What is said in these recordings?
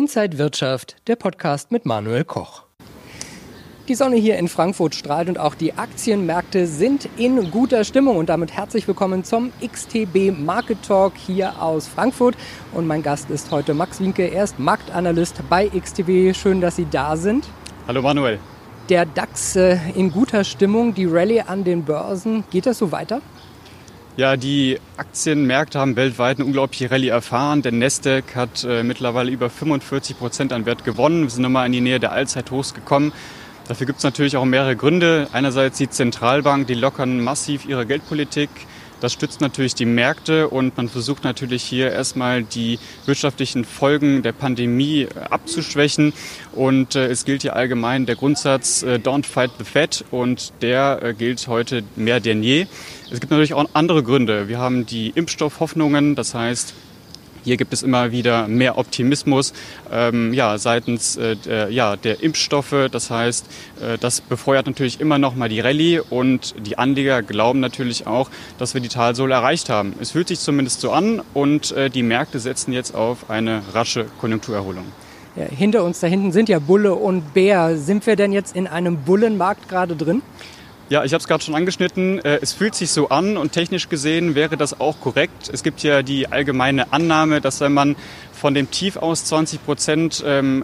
Inside Wirtschaft, der Podcast mit Manuel Koch. Die Sonne hier in Frankfurt strahlt und auch die Aktienmärkte sind in guter Stimmung. Und damit herzlich willkommen zum XTB Market Talk hier aus Frankfurt. Und mein Gast ist heute Max Wienke, er ist Marktanalyst bei XTB. Schön, dass Sie da sind. Hallo Manuel. Der DAX in guter Stimmung, die Rallye an den Börsen, geht das so weiter? Ja, die Aktienmärkte haben weltweit eine unglaubliche Rallye erfahren. Der Nasdaq hat mittlerweile über 45% an Wert gewonnen. Wir sind nochmal in die Nähe der Allzeithochs gekommen. Dafür gibt es natürlich auch mehrere Gründe. Einerseits die Zentralbanken, die lockern massiv ihre Geldpolitik. Das stützt natürlich die Märkte und man versucht natürlich hier erstmal die wirtschaftlichen Folgen der Pandemie abzuschwächen. Und es gilt hier allgemein der Grundsatz Don't fight the Fed und der gilt heute mehr denn je. Es gibt natürlich auch andere Gründe. Wir haben die Impfstoffhoffnungen, das heißt, hier gibt es immer wieder mehr Optimismus seitens der Impfstoffe. Das heißt, das befeuert natürlich immer noch mal die Rallye und die Anleger glauben natürlich auch, dass wir die Talsohle erreicht haben. Es fühlt sich zumindest so an und die Märkte setzen jetzt auf eine rasche Konjunkturerholung. Ja, hinter uns, da hinten sind ja Bulle und Bär. Sind wir denn jetzt in einem Bullenmarkt gerade drin? Ja, ich habe es gerade schon angeschnitten. Es fühlt sich so an und technisch gesehen wäre das auch korrekt. Es gibt ja die allgemeine Annahme, dass wenn man von dem Tief aus 20%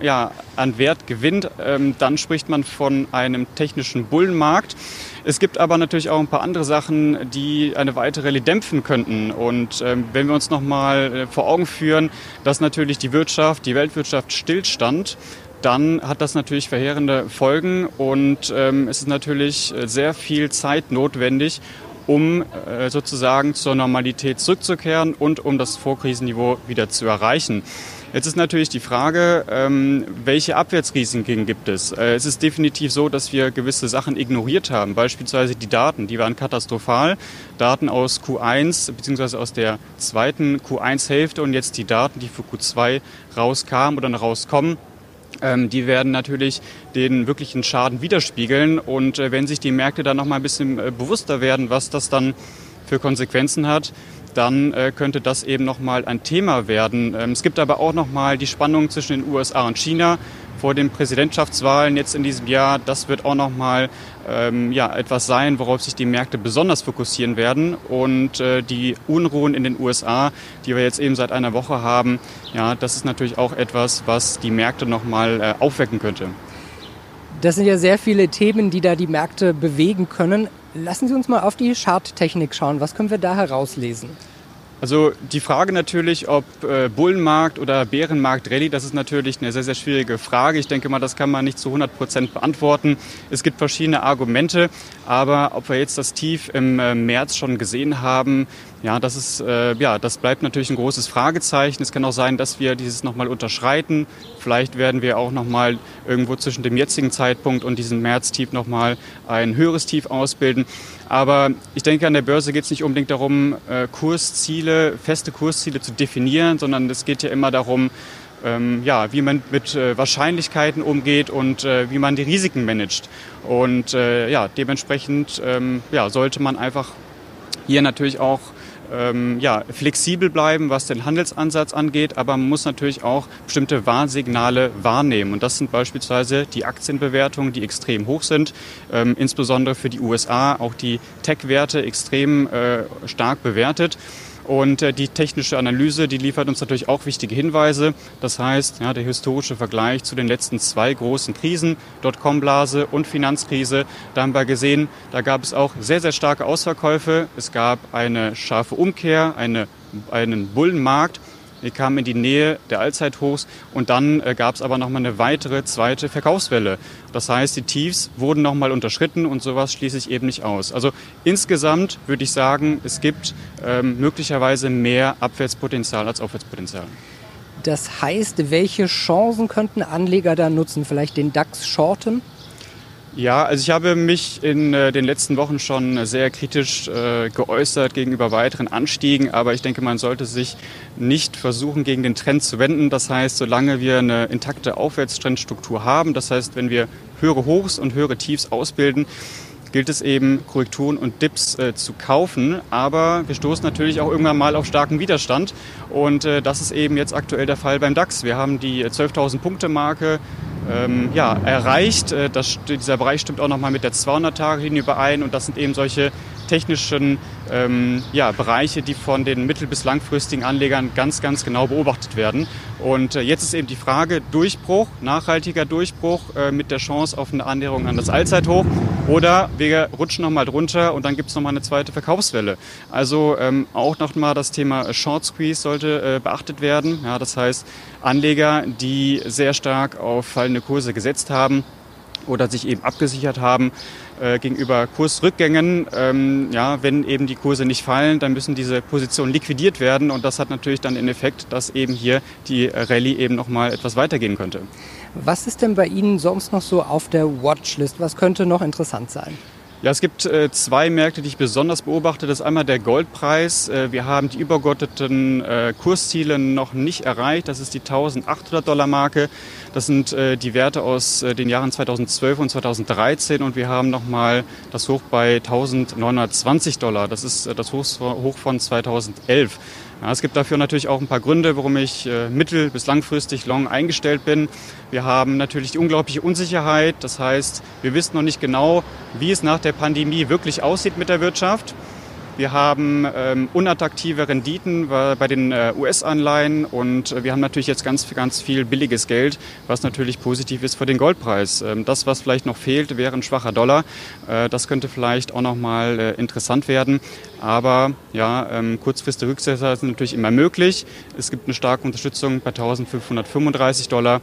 an Wert gewinnt, dann spricht man von einem technischen Bullenmarkt. Es gibt aber natürlich auch ein paar andere Sachen, die eine weitere Rallye dämpfen könnten. Und wenn wir uns nochmal vor Augen führen, dass natürlich die Weltwirtschaft stillstand, dann hat das natürlich verheerende Folgen und es ist natürlich sehr viel Zeit notwendig, um sozusagen zur Normalität zurückzukehren und um das Vorkrisenniveau wieder zu erreichen. Jetzt ist natürlich die Frage, welche Abwärtsrisiken gibt es? Es ist definitiv so, dass wir gewisse Sachen ignoriert haben, beispielsweise die Daten, die waren katastrophal. Daten aus Q1 bzw. aus der zweiten Q1-Hälfte und jetzt die Daten, die für Q2 rauskamen oder noch rauskommen. Die werden natürlich den wirklichen Schaden widerspiegeln und wenn sich die Märkte dann noch mal ein bisschen bewusster werden, was das dann für Konsequenzen hat, dann könnte das eben noch mal ein Thema werden. Es gibt aber auch noch mal die Spannung zwischen den USA und China vor den Präsidentschaftswahlen jetzt in diesem Jahr. Das wird auch noch mal etwas sein, worauf sich die Märkte besonders fokussieren werden. Und die Unruhen in den USA, die wir jetzt eben seit einer Woche haben, ja, das ist natürlich auch etwas, was die Märkte noch mal aufwecken könnte. Das sind ja sehr viele Themen, die da die Märkte bewegen können. Lassen Sie uns mal auf die Charttechnik schauen. Was können wir da herauslesen? Also die Frage natürlich, ob Bullenmarkt oder Bärenmarkt Rallye, das ist natürlich eine sehr, sehr schwierige Frage. Ich denke mal, das kann man nicht zu 100% beantworten. Es gibt verschiedene Argumente, aber ob wir jetzt das Tief im März schon gesehen haben, ja, das bleibt natürlich ein großes Fragezeichen. Es kann auch sein, dass wir dieses nochmal unterschreiten. Vielleicht werden wir auch nochmal irgendwo zwischen dem jetzigen Zeitpunkt und diesem Märztief nochmal ein höheres Tief ausbilden. Aber ich denke, an der Börse geht es nicht unbedingt darum, feste Kursziele zu definieren, sondern es geht ja immer darum, wie man mit Wahrscheinlichkeiten umgeht und wie man die Risiken managt. Und dementsprechend sollte man einfach hier natürlich auch flexibel bleiben, was den Handelsansatz angeht, aber man muss natürlich auch bestimmte Warnsignale wahrnehmen. Und das sind beispielsweise die Aktienbewertungen, die extrem hoch sind, insbesondere für die USA, auch die Tech-Werte extrem stark bewertet. Und die technische Analyse, die liefert uns natürlich auch wichtige Hinweise. Das heißt, ja, der historische Vergleich zu den letzten zwei großen Krisen, Dotcom-Blase und Finanzkrise, da haben wir gesehen, da gab es auch sehr, sehr starke Ausverkäufe. Es gab eine scharfe Umkehr, einen Bullenmarkt. Wir kamen in die Nähe der Allzeithochs und dann gab es aber nochmal eine weitere zweite Verkaufswelle. Das heißt, die Tiefs wurden nochmal unterschritten und sowas schließe ich eben nicht aus. Also insgesamt würde ich sagen, es gibt möglicherweise mehr Abwärtspotenzial als Aufwärtspotenzial. Das heißt, welche Chancen könnten Anleger da nutzen? Vielleicht den DAX shorten? Ja, also ich habe mich in den letzten Wochen schon sehr kritisch geäußert gegenüber weiteren Anstiegen, aber ich denke, man sollte sich nicht versuchen, gegen den Trend zu wenden. Das heißt, solange wir eine intakte Aufwärtstrendstruktur haben, das heißt, wenn wir höhere Hochs und höhere Tiefs ausbilden, gilt es eben, Korrekturen und Dips zu kaufen. Aber wir stoßen natürlich auch irgendwann mal auf starken Widerstand. Und das ist eben jetzt aktuell der Fall beim DAX. Wir haben die 12.000 Punkte Marke erreicht. Dieser Bereich stimmt auch nochmal mit der 200-Tage-Linie überein. Und das sind eben solche technischen Bereiche, die von den mittel- bis langfristigen Anlegern ganz, ganz genau beobachtet werden. Und jetzt ist eben die Frage, Durchbruch, nachhaltiger Durchbruch mit der Chance auf eine Annäherung an das Allzeithoch, oder wir rutschen nochmal drunter und dann gibt es nochmal eine zweite Verkaufswelle. Also auch nochmal das Thema Short Squeeze sollte beachtet werden. Ja, das heißt, Anleger, die sehr stark auf fallende Kurse gesetzt haben oder sich eben abgesichert haben gegenüber Kursrückgängen. Wenn eben die Kurse nicht fallen, dann müssen diese Positionen liquidiert werden und das hat natürlich dann den Effekt, dass eben hier die Rallye eben nochmal etwas weitergehen könnte. Was ist denn bei Ihnen sonst noch so auf der Watchlist? Was könnte noch interessant sein? Ja, es gibt zwei Märkte, die ich besonders beobachte. Das ist einmal der Goldpreis. Wir haben die übergeordneten Kursziele noch nicht erreicht. Das ist die $1.800-Marke. Das sind die Werte aus den Jahren 2012 und 2013. Und wir haben nochmal das Hoch bei $1.920. Das ist das Hoch von 2011. Ja, es gibt dafür natürlich auch ein paar Gründe, warum ich mittel- bis langfristig long eingestellt bin. Wir haben natürlich die unglaubliche Unsicherheit. Das heißt, wir wissen noch nicht genau, wie es nach der Pandemie wirklich aussieht mit der Wirtschaft. Wir haben unattraktive Renditen bei den US-Anleihen und wir haben natürlich jetzt ganz viel billiges Geld, was natürlich positiv ist für den Goldpreis. Das, was vielleicht noch fehlt, wäre ein schwacher Dollar. Das könnte vielleicht auch noch mal interessant werden. Aber ja, kurzfristige Rücksetzer sind natürlich immer möglich. Es gibt eine starke Unterstützung bei $1.535.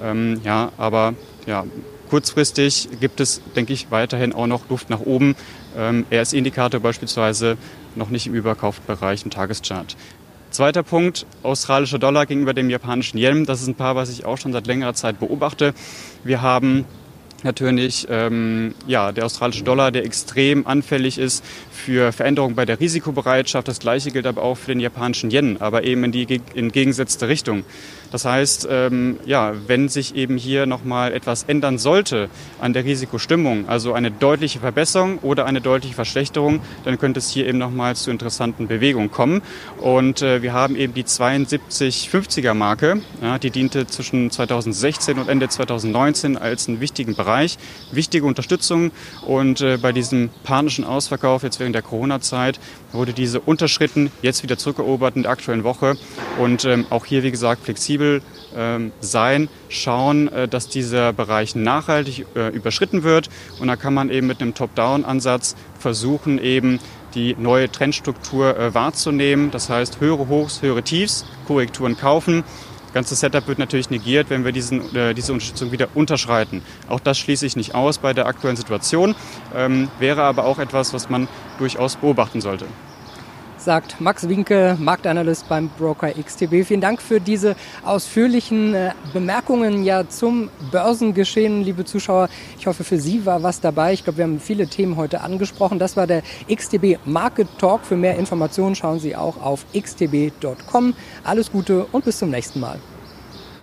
Kurzfristig gibt es, denke ich, weiterhin auch noch Luft nach oben. RSI-Indikator beispielsweise noch nicht im Überkaufbereich im Tageschart. Zweiter Punkt, australischer Dollar gegenüber dem japanischen Yen. Das ist ein Paar, was ich auch schon seit längerer Zeit beobachte. Wir haben natürlich der australische Dollar, der extrem anfällig ist für Veränderungen bei der Risikobereitschaft. Das Gleiche gilt aber auch für den japanischen Yen, aber eben in die entgegengesetzte Richtung. Das heißt, wenn sich eben hier nochmal etwas ändern sollte an der Risikostimmung, also eine deutliche Verbesserung oder eine deutliche Verschlechterung, dann könnte es hier eben nochmal zu interessanten Bewegungen kommen. Und wir haben eben die 72,50er Marke, die diente zwischen 2016 und Ende 2019 als einen wichtigen Bereich, wichtige Unterstützung. Und bei diesem panischen Ausverkauf jetzt während der Corona-Zeit wurde diese unterschritten, jetzt wieder zurückerobert in der aktuellen Woche. Und auch hier, wie gesagt, flexibel sein, schauen, dass dieser Bereich nachhaltig überschritten wird. Und da kann man eben mit einem Top-Down-Ansatz versuchen, eben die neue Trendstruktur wahrzunehmen. Das heißt, höhere Hochs, höhere Tiefs, Korrekturen kaufen. Das ganze Setup wird natürlich negiert, wenn wir diese Unterstützung wieder unterschreiten. Auch das schließe ich nicht aus bei der aktuellen Situation, wäre aber auch etwas, was man durchaus beobachten sollte. Sagt Max Winke, Marktanalyst beim Broker XTB. Vielen Dank für diese ausführlichen Bemerkungen zum Börsengeschehen, liebe Zuschauer. Ich hoffe, für Sie war was dabei. Ich glaube, wir haben viele Themen heute angesprochen. Das war der XTB Market Talk. Für mehr Informationen schauen Sie auch auf xtb.com. Alles Gute und bis zum nächsten Mal.